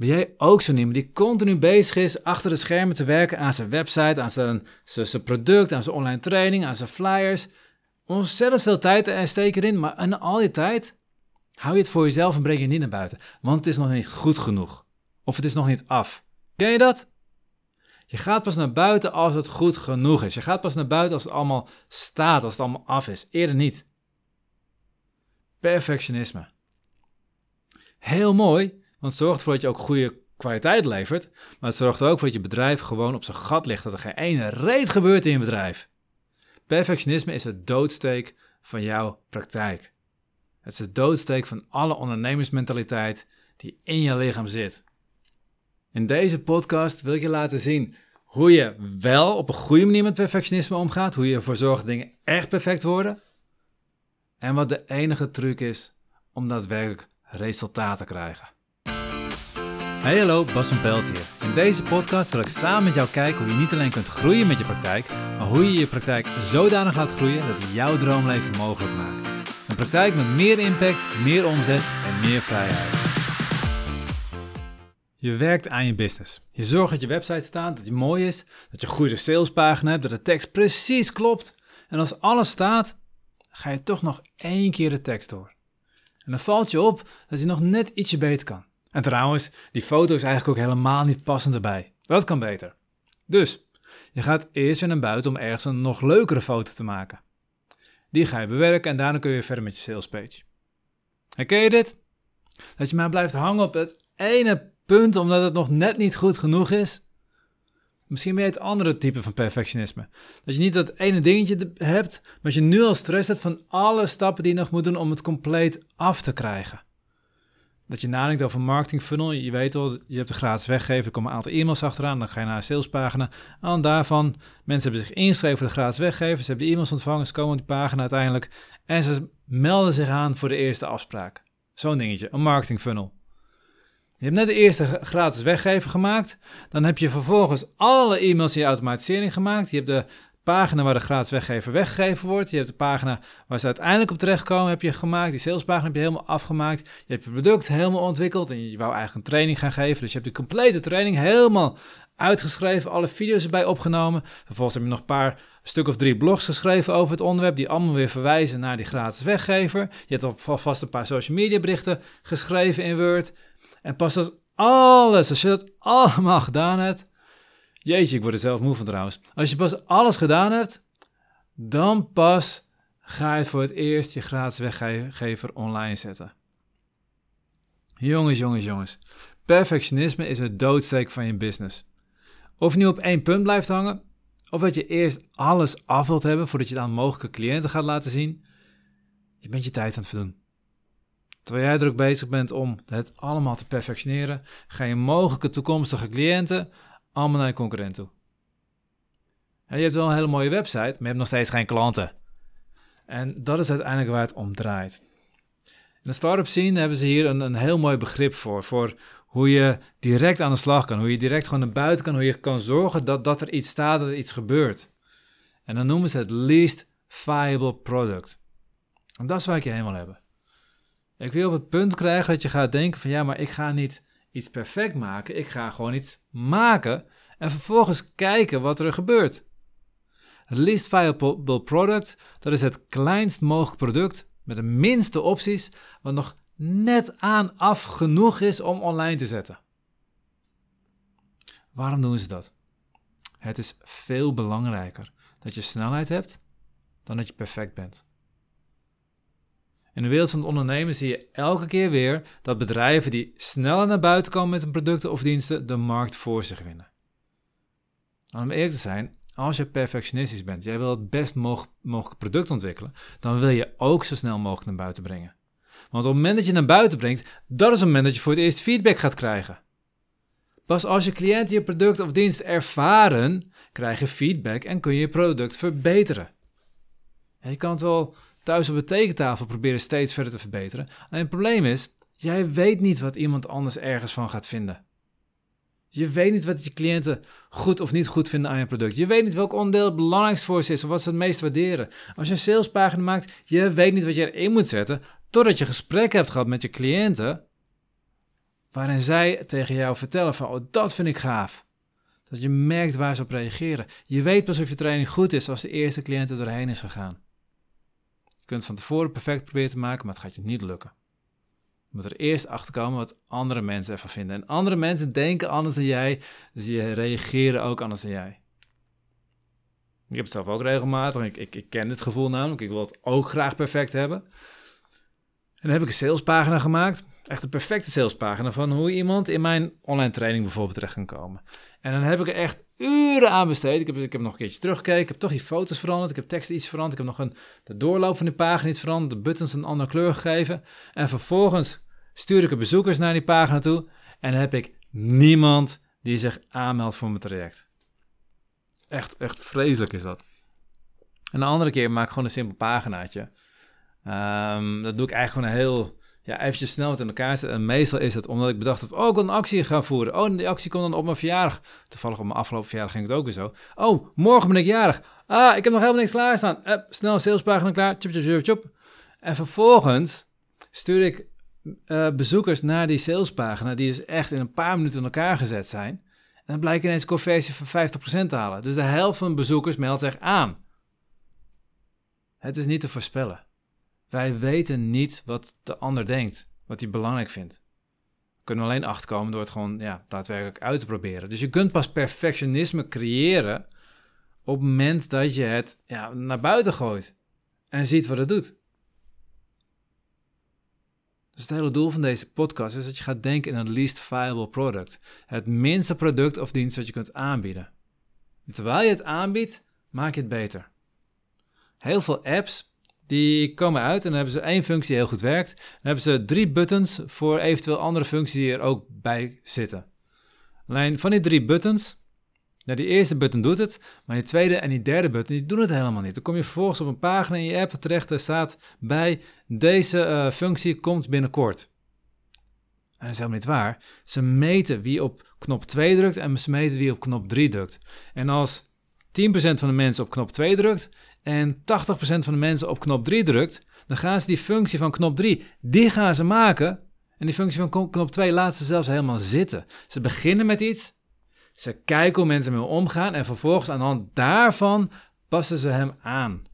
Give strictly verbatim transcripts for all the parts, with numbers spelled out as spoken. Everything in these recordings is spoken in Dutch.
Ben jij ook zo'n iemand die continu bezig is achter de schermen te werken aan zijn website, aan zijn, zijn, zijn product, aan zijn online training, aan zijn flyers? Ontzettend veel tijd en steek erin, maar in al die tijd hou je het voor jezelf en breng je het niet naar buiten. Want het is nog niet goed genoeg. Of het is nog niet af. Ken je dat? Je gaat pas naar buiten als het goed genoeg is. Je gaat pas naar buiten als het allemaal staat, als het allemaal af is. Eerder niet. Perfectionisme. Heel mooi, want het zorgt ervoor dat je ook goede kwaliteit levert. Maar het zorgt er ook voor dat je bedrijf gewoon op zijn gat ligt. Dat er geen ene reet gebeurt in je bedrijf. Perfectionisme is het doodsteek van jouw praktijk. Het is de doodsteek van alle ondernemersmentaliteit die in je lichaam zit. In deze podcast wil ik je laten zien hoe je wel op een goede manier met perfectionisme omgaat. Hoe je ervoor zorgt dat dingen echt perfect worden. En wat de enige truc is om daadwerkelijk resultaat te krijgen. Hey hallo, Bas van Pelt hier. In deze podcast wil ik samen met jou kijken hoe je niet alleen kunt groeien met je praktijk, maar hoe je je praktijk zodanig laat groeien dat het jouw droomleven mogelijk maakt. Een praktijk met meer impact, meer omzet en meer vrijheid. Je werkt aan je business. Je zorgt dat je website staat, dat die mooi is, dat je een goede salespagina hebt, dat de tekst precies klopt. En als alles staat, ga je toch nog één keer de tekst door. En dan valt je op dat je nog net ietsje beter kan. En trouwens, die foto is eigenlijk ook helemaal niet passend erbij. Dat kan beter. Dus, je gaat eerst weer naar buiten om ergens een nog leukere foto te maken. Die ga je bewerken en daarna kun je weer verder met je salespage. Herken je dit? Dat je maar blijft hangen op het ene punt omdat het nog net niet goed genoeg is? Misschien ben je het andere type van perfectionisme. Dat je niet dat ene dingetje hebt, maar dat je nu al stress hebt van alle stappen die je nog moet doen om het compleet af te krijgen. Dat je nadenkt over een marketing funnel. Je weet al, je hebt de gratis weggever, er komen een aantal e-mails achteraan, dan ga je naar een salespagina. En daarvan, mensen hebben zich ingeschreven voor de gratis weggever, ze hebben de e-mails ontvangen, ze komen op die pagina uiteindelijk en ze melden zich aan voor de eerste afspraak. Zo'n dingetje, een marketing funnel. Je hebt net de eerste gratis weggever gemaakt, dan heb je vervolgens alle e-mails in je automatisering gemaakt. Je hebt de pagina waar de gratis weggever weggegeven wordt. Je hebt de pagina waar ze uiteindelijk op terechtkomen, heb je gemaakt. Die salespagina heb je helemaal afgemaakt. Je hebt je product helemaal ontwikkeld en je wou eigenlijk een training gaan geven. Dus je hebt de complete training helemaal uitgeschreven, alle video's erbij opgenomen. Vervolgens heb je nog een paar, een stuk of drie blogs geschreven over het onderwerp, die allemaal weer verwijzen naar die gratis weggever. Je hebt alvast een paar social media berichten geschreven in Word. En pas als alles, als je dat allemaal gedaan hebt, jeetje, ik word er zelf moe van trouwens. Als je pas alles gedaan hebt, dan pas ga je voor het eerst je gratis weggever online zetten. Jongens, jongens, jongens. Perfectionisme is het doodsteek van je business. Of je nu op één punt blijft hangen, of dat je eerst alles af wilt hebben voordat je het aan mogelijke cliënten gaat laten zien, je bent je tijd aan het verdoen. Terwijl jij druk bezig bent om het allemaal te perfectioneren, ga je mogelijke toekomstige cliënten allemaal naar je concurrent toe. En je hebt wel een hele mooie website, maar je hebt nog steeds geen klanten. En dat is uiteindelijk waar het om draait. In de start-up scene hebben ze hier een, een heel mooi begrip voor, voor hoe je direct aan de slag kan, hoe je direct gewoon naar buiten kan, hoe je kan zorgen dat, dat er iets staat, dat er iets gebeurt. En dan noemen ze het least viable product. En dat is waar ik je helemaal hebben. Ik wil op het punt krijgen dat je gaat denken van ja, maar ik ga niet iets perfect maken. Ik ga gewoon iets maken en vervolgens kijken wat er gebeurt. Het least viable product, dat is het kleinst mogelijk product met de minste opties, wat nog net aan af genoeg is om online te zetten. Waarom doen ze dat? Het is veel belangrijker dat je snelheid hebt dan dat je perfect bent. In de wereld van het ondernemen zie je elke keer weer dat bedrijven die sneller naar buiten komen met hun producten of diensten de markt voor zich winnen. Om eerlijk te zijn, als je perfectionistisch bent, jij wil het best mogelijke product ontwikkelen, dan wil je ook zo snel mogelijk naar buiten brengen. Want op het moment dat je naar buiten brengt, dat is het moment dat je voor het eerst feedback gaat krijgen. Pas als je cliënten je product of dienst ervaren, krijg je feedback en kun je je product verbeteren. En je kan het wel thuis op de tekentafel proberen steeds verder te verbeteren. Alleen het probleem is, jij weet niet wat iemand anders ergens van gaat vinden. Je weet niet wat je cliënten goed of niet goed vinden aan je product. Je weet niet welk onderdeel het belangrijkst voor ze is of wat ze het meest waarderen. Als je een salespagina maakt, je weet niet wat je erin moet zetten, totdat je gesprek hebt gehad met je cliënten waarin zij tegen jou vertellen van, oh, dat vind ik gaaf. Dat je merkt waar ze op reageren. Je weet pas of je training goed is als de eerste cliënt er doorheen is gegaan. Je kunt het van tevoren perfect proberen te maken, maar het gaat je niet lukken. Je moet er eerst achter komen wat andere mensen ervan vinden. En andere mensen denken anders dan jij, dus die reageren ook anders dan jij. Ik heb het zelf ook regelmatig. Ik, ik, ik ken dit gevoel namelijk. Ik wil het ook graag perfect hebben. En dan heb ik een salespagina gemaakt. Echt een perfecte salespagina van hoe iemand in mijn online training bijvoorbeeld terecht kan komen. En dan heb ik er echt uren aan besteed. Ik heb, ik heb nog een keertje teruggekeken. Ik heb toch die foto's veranderd. Ik heb tekst iets veranderd. Ik heb nog een, de doorloop van die pagina iets veranderd. De buttons een andere kleur gegeven. En vervolgens stuur ik er bezoekers naar die pagina toe. En dan heb ik niemand die zich aanmeldt voor mijn traject. Echt, echt vreselijk is dat. En de andere keer maak ik gewoon een simpel paginaatje. Um, dat doe ik eigenlijk gewoon een heel... Ja, eventjes snel wat in elkaar zetten. En meestal is het omdat ik bedacht heb... Oh, ik wil een actie gaan voeren. Oh, die actie komt dan op mijn verjaardag. Toevallig op mijn afgelopen verjaardag ging het ook weer zo. Oh, morgen ben ik jarig. Ah, ik heb nog helemaal niks klaarstaan. Uh, snel, salespagina klaar. Tjup, tjup, tjup, tjup. En vervolgens stuur ik uh, bezoekers naar die salespagina... die dus echt in een paar minuten in elkaar gezet zijn... En dan blijkt ineens een conversie van vijftig procent te halen. Dus de helft van de bezoekers meldt zich aan. Het is niet te voorspellen. Wij weten niet wat de ander denkt, wat hij belangrijk vindt. We kunnen alleen achterkomen door het gewoon ja, daadwerkelijk uit te proberen. Dus je kunt pas perfectionisme creëren op het moment dat je het ja, naar buiten gooit en ziet wat het doet. Dus het hele doel van deze podcast is dat je gaat denken in een least viable product. Het minste product of dienst wat je kunt aanbieden. En terwijl je het aanbiedt, maak je het beter. Heel veel apps die komen uit en dan hebben ze één functie die heel goed werkt. Dan hebben ze drie buttons voor eventueel andere functies die er ook bij zitten. Alleen van die drie buttons, nou die eerste button doet het, maar die tweede en die derde button die doen het helemaal niet. Dan kom je vervolgens op een pagina in je app terecht, er staat bij deze uh, functie komt binnenkort. En dat is helemaal niet waar. Ze meten wie op knop twee drukt en ze meten wie op knop drie drukt. En als tien procent van de mensen op knop twee drukt en tachtig procent van de mensen op knop drie drukt, dan gaan ze die functie van knop drie, die gaan ze maken. En die functie van knop twee laten ze zelfs helemaal zitten. Ze beginnen met iets, ze kijken hoe mensen mee omgaan en vervolgens aan de hand daarvan passen ze hem aan.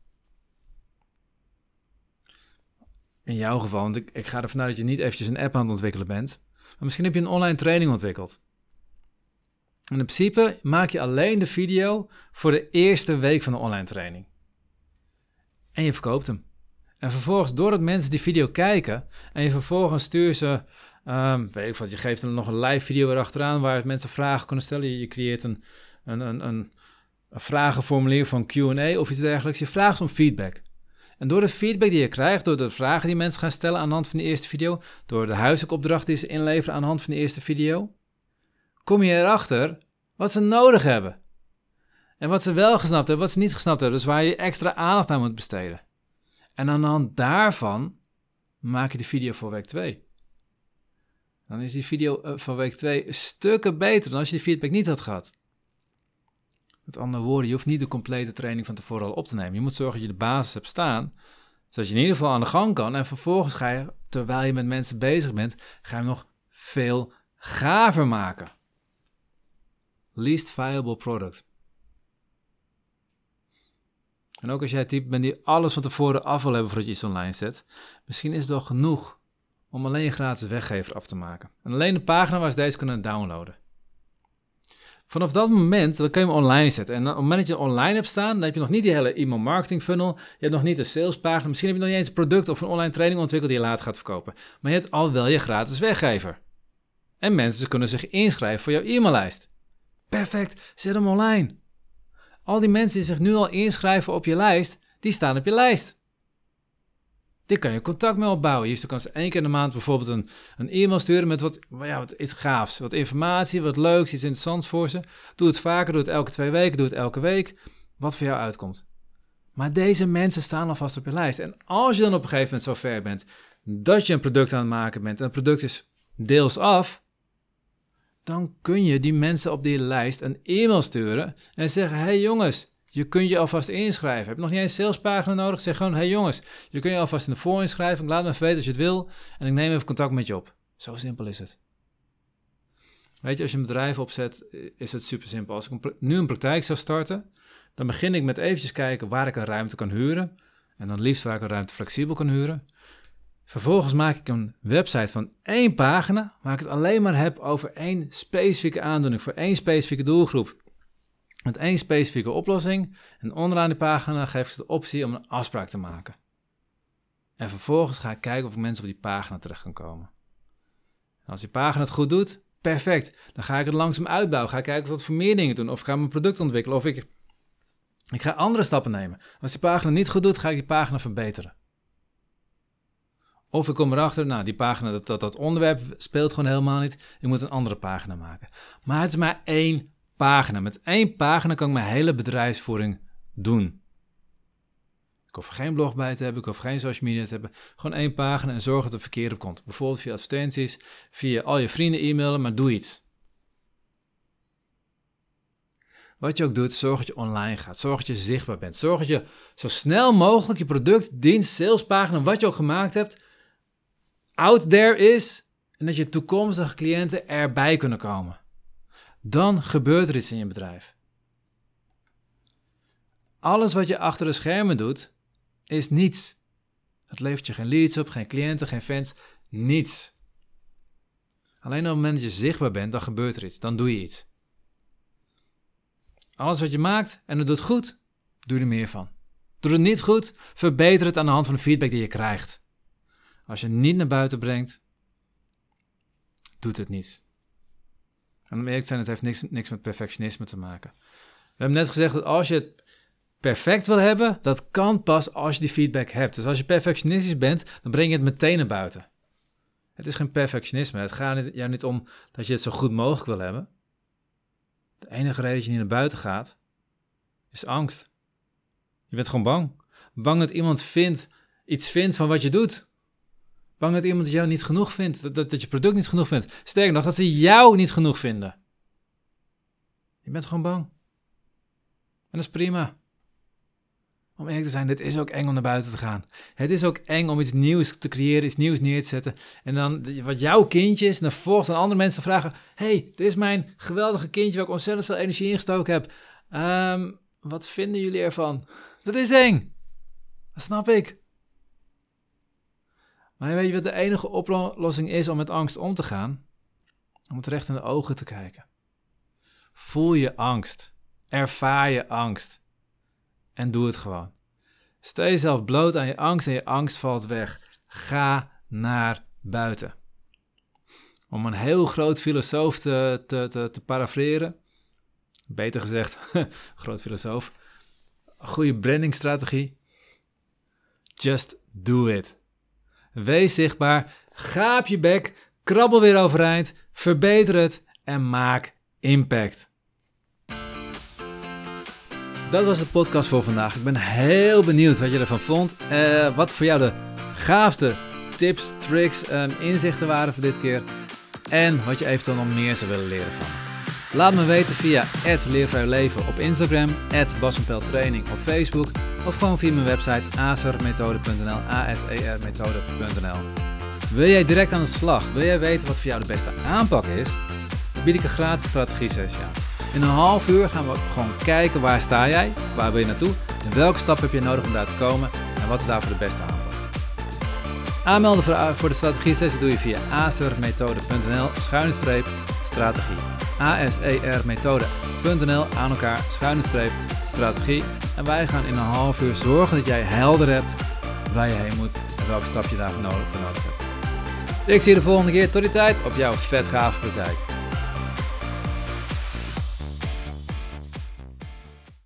In jouw geval, want ik, ik ga ervan uit dat je niet eventjes een app aan het ontwikkelen bent, maar misschien heb je een online training ontwikkeld. En in principe maak je alleen de video voor de eerste week van de online training. En je verkoopt hem. En vervolgens, doordat mensen die video kijken en je vervolgens stuurt ze, um, weet ik wat, je geeft hem nog een live video erachteraan waar mensen vragen kunnen stellen. Je, je creëert een, een, een, een, een vragenformulier van Q en A of iets dergelijks. Je vraagt om feedback. En door de feedback die je krijgt, door de vragen die mensen gaan stellen aan de hand van de eerste video, door de huiswerkopdracht die ze inleveren aan de hand van de eerste video, kom je erachter wat ze nodig hebben. En wat ze wel gesnapt hebben, wat ze niet gesnapt hebben. Dus waar je extra aandacht aan moet besteden. En aan de hand daarvan maak je de video voor week twee. Dan is die video van week twee stukken beter dan als je die feedback niet had gehad. Met andere woorden, je hoeft niet de complete training van tevoren al op te nemen. Je moet zorgen dat je de basis hebt staan, zodat je in ieder geval aan de gang kan. En vervolgens ga je, terwijl je met mensen bezig bent, ga je hem nog veel gaver maken. Least viable product. En ook als jij het type bent die alles van tevoren af wil hebben voordat je iets online zet, misschien is het wel genoeg om alleen je gratis weggever af te maken. En alleen de pagina waar ze deze kunnen downloaden. Vanaf dat moment dan kun je hem online zetten. En op het moment dat je online hebt staan, dan heb je nog niet die hele e-mail marketing funnel. Je hebt nog niet de salespagina. Misschien heb je nog niet eens een product of een online training ontwikkeld die je later gaat verkopen. Maar je hebt al wel je gratis weggever. En mensen kunnen zich inschrijven voor jouw e-maillijst. Perfect, zet hem online. Al die mensen die zich nu al inschrijven op je lijst, die staan op je lijst. Daar kan je contact mee opbouwen. Je kan ze één keer in de maand bijvoorbeeld een, een e-mail sturen met wat, ja, wat iets gaafs, wat informatie, wat leuks, iets interessants voor ze. Doe het vaker, doe het elke twee weken, doe het elke week. Wat voor jou uitkomt. Maar deze mensen staan alvast op je lijst. En als je dan op een gegeven moment zo ver bent dat je een product aan het maken bent en het product is deels af, dan kun je die mensen op die lijst een e-mail sturen en zeggen, hey jongens, je kunt je alvast inschrijven. Heb je nog niet eens een salespagina nodig? Zeg gewoon, hey jongens, je kunt je alvast in de voorinschrijving. Laat me even weten als je het wil en ik neem even contact met je op. Zo simpel is het. Weet je, als je een bedrijf opzet, is het super simpel. Als ik nu een praktijk zou starten, dan begin ik met eventjes kijken waar ik een ruimte kan huren. En dan liefst waar ik een ruimte flexibel kan huren. Vervolgens maak ik een website van één pagina, waar ik het alleen maar heb over één specifieke aandoening, voor één specifieke doelgroep. Met één specifieke oplossing. En onderaan die pagina geef ik ze de optie om een afspraak te maken. En vervolgens ga ik kijken of ik mensen op die pagina terecht kan komen. En als die pagina het goed doet, perfect. Dan ga ik het langzaam uitbouwen. Ga ik kijken of ik wat voor meer dingen doen. Of ik ga mijn product ontwikkelen. Of ik, ik ga andere stappen nemen. Als die pagina niet goed doet, ga ik die pagina verbeteren. Of ik kom erachter, nou die pagina, dat, dat, dat onderwerp speelt gewoon helemaal niet. Ik moet een andere pagina maken. Maar het is maar één pagina. Met één pagina kan ik mijn hele bedrijfsvoering doen. Ik hoef er geen blog bij te hebben, ik hoef geen social media te hebben. Gewoon één pagina en zorg dat er verkeer op komt. Bijvoorbeeld via advertenties, via al je vrienden e-mailen, maar doe iets. Wat je ook doet, zorg dat je online gaat. Zorg dat je zichtbaar bent. Zorg dat je zo snel mogelijk je product, dienst, salespagina, wat je ook gemaakt hebt, out there is. En dat je toekomstige cliënten erbij kunnen komen. Dan gebeurt er iets in je bedrijf. Alles wat je achter de schermen doet, is niets. Het levert je geen leads op, geen cliënten, geen fans, niets. Alleen op het moment dat je zichtbaar bent, dan gebeurt er iets, dan doe je iets. Alles wat je maakt en het doet goed, doe er meer van. Doe het niet goed, verbeter het aan de hand van de feedback die je krijgt. Als je het niet naar buiten brengt, doet het niets. En om eerlijk te zijn, het heeft niks, niks met perfectionisme te maken. We hebben net gezegd dat als je het perfect wil hebben, dat kan pas als je die feedback hebt. Dus als je perfectionistisch bent, dan breng je het meteen naar buiten. Het is geen perfectionisme. Het gaat jou niet om dat je het zo goed mogelijk wil hebben. De enige reden dat je niet naar buiten gaat, is angst. Je bent gewoon bang. Bang dat iemand vindt, iets vindt van wat je doet. Bang dat iemand jou niet genoeg vindt, dat, dat, dat je product niet genoeg vindt. Sterker nog, dat ze jou niet genoeg vinden. Je bent gewoon bang. En dat is prima. Om eerlijk te zijn, dit is ook eng om naar buiten te gaan. Het is ook eng om iets nieuws te creëren, iets nieuws neer te zetten. En dan wat jouw kindje is, en dan vervolgens aan andere mensen te vragen: hey, dit is mijn geweldige kindje waar ik ontzettend veel energie in gestoken heb. Um, wat vinden jullie ervan? Dat is eng. Dat snap ik. Maar weet je wat de enige oplossing is om met angst om te gaan? Om het recht in de ogen te kijken. Voel je angst. Ervaar je angst. En doe het gewoon. Stel jezelf bloot aan je angst en je angst valt weg. Ga naar buiten. Om een heel groot filosoof te, te, te, te parafreren. Beter gezegd, groot filosoof. Een goede brandingstrategie. Just do it. Wees zichtbaar. Ga op je bek. Krabbel weer overeind. Verbeter het. En maak impact. Dat was de podcast voor vandaag. Ik ben heel benieuwd wat je ervan vond. Uh, wat voor jou de gaafste tips, tricks, um, inzichten waren voor dit keer. En wat je eventueel nog meer zou willen leren van me. Laat me weten via at leervrij leven op Instagram, at bas van pelt training op Facebook. Of gewoon via mijn website asermethode punt n l, a s e r methode punt n l. Wil jij direct aan de slag? Wil jij weten wat voor jou de beste aanpak is? Dan bied ik een gratis strategie-sessie aan. In een half uur gaan we gewoon kijken waar sta jij, waar wil je naartoe en welke stap heb je nodig om daar te komen en wat is daarvoor de beste aanpak. Aanmelden voor de strategie-sessie doe je via asermethode punt n l schuine streep strategie. a s e r methode punt n l aan elkaar schuine streep strategie. En wij gaan in een half uur zorgen dat jij helder hebt waar je heen moet en welke stap je daarvoor nodig, voor nodig hebt. Ik zie je de volgende keer. Tot die tijd op jouw vet gave praktijk.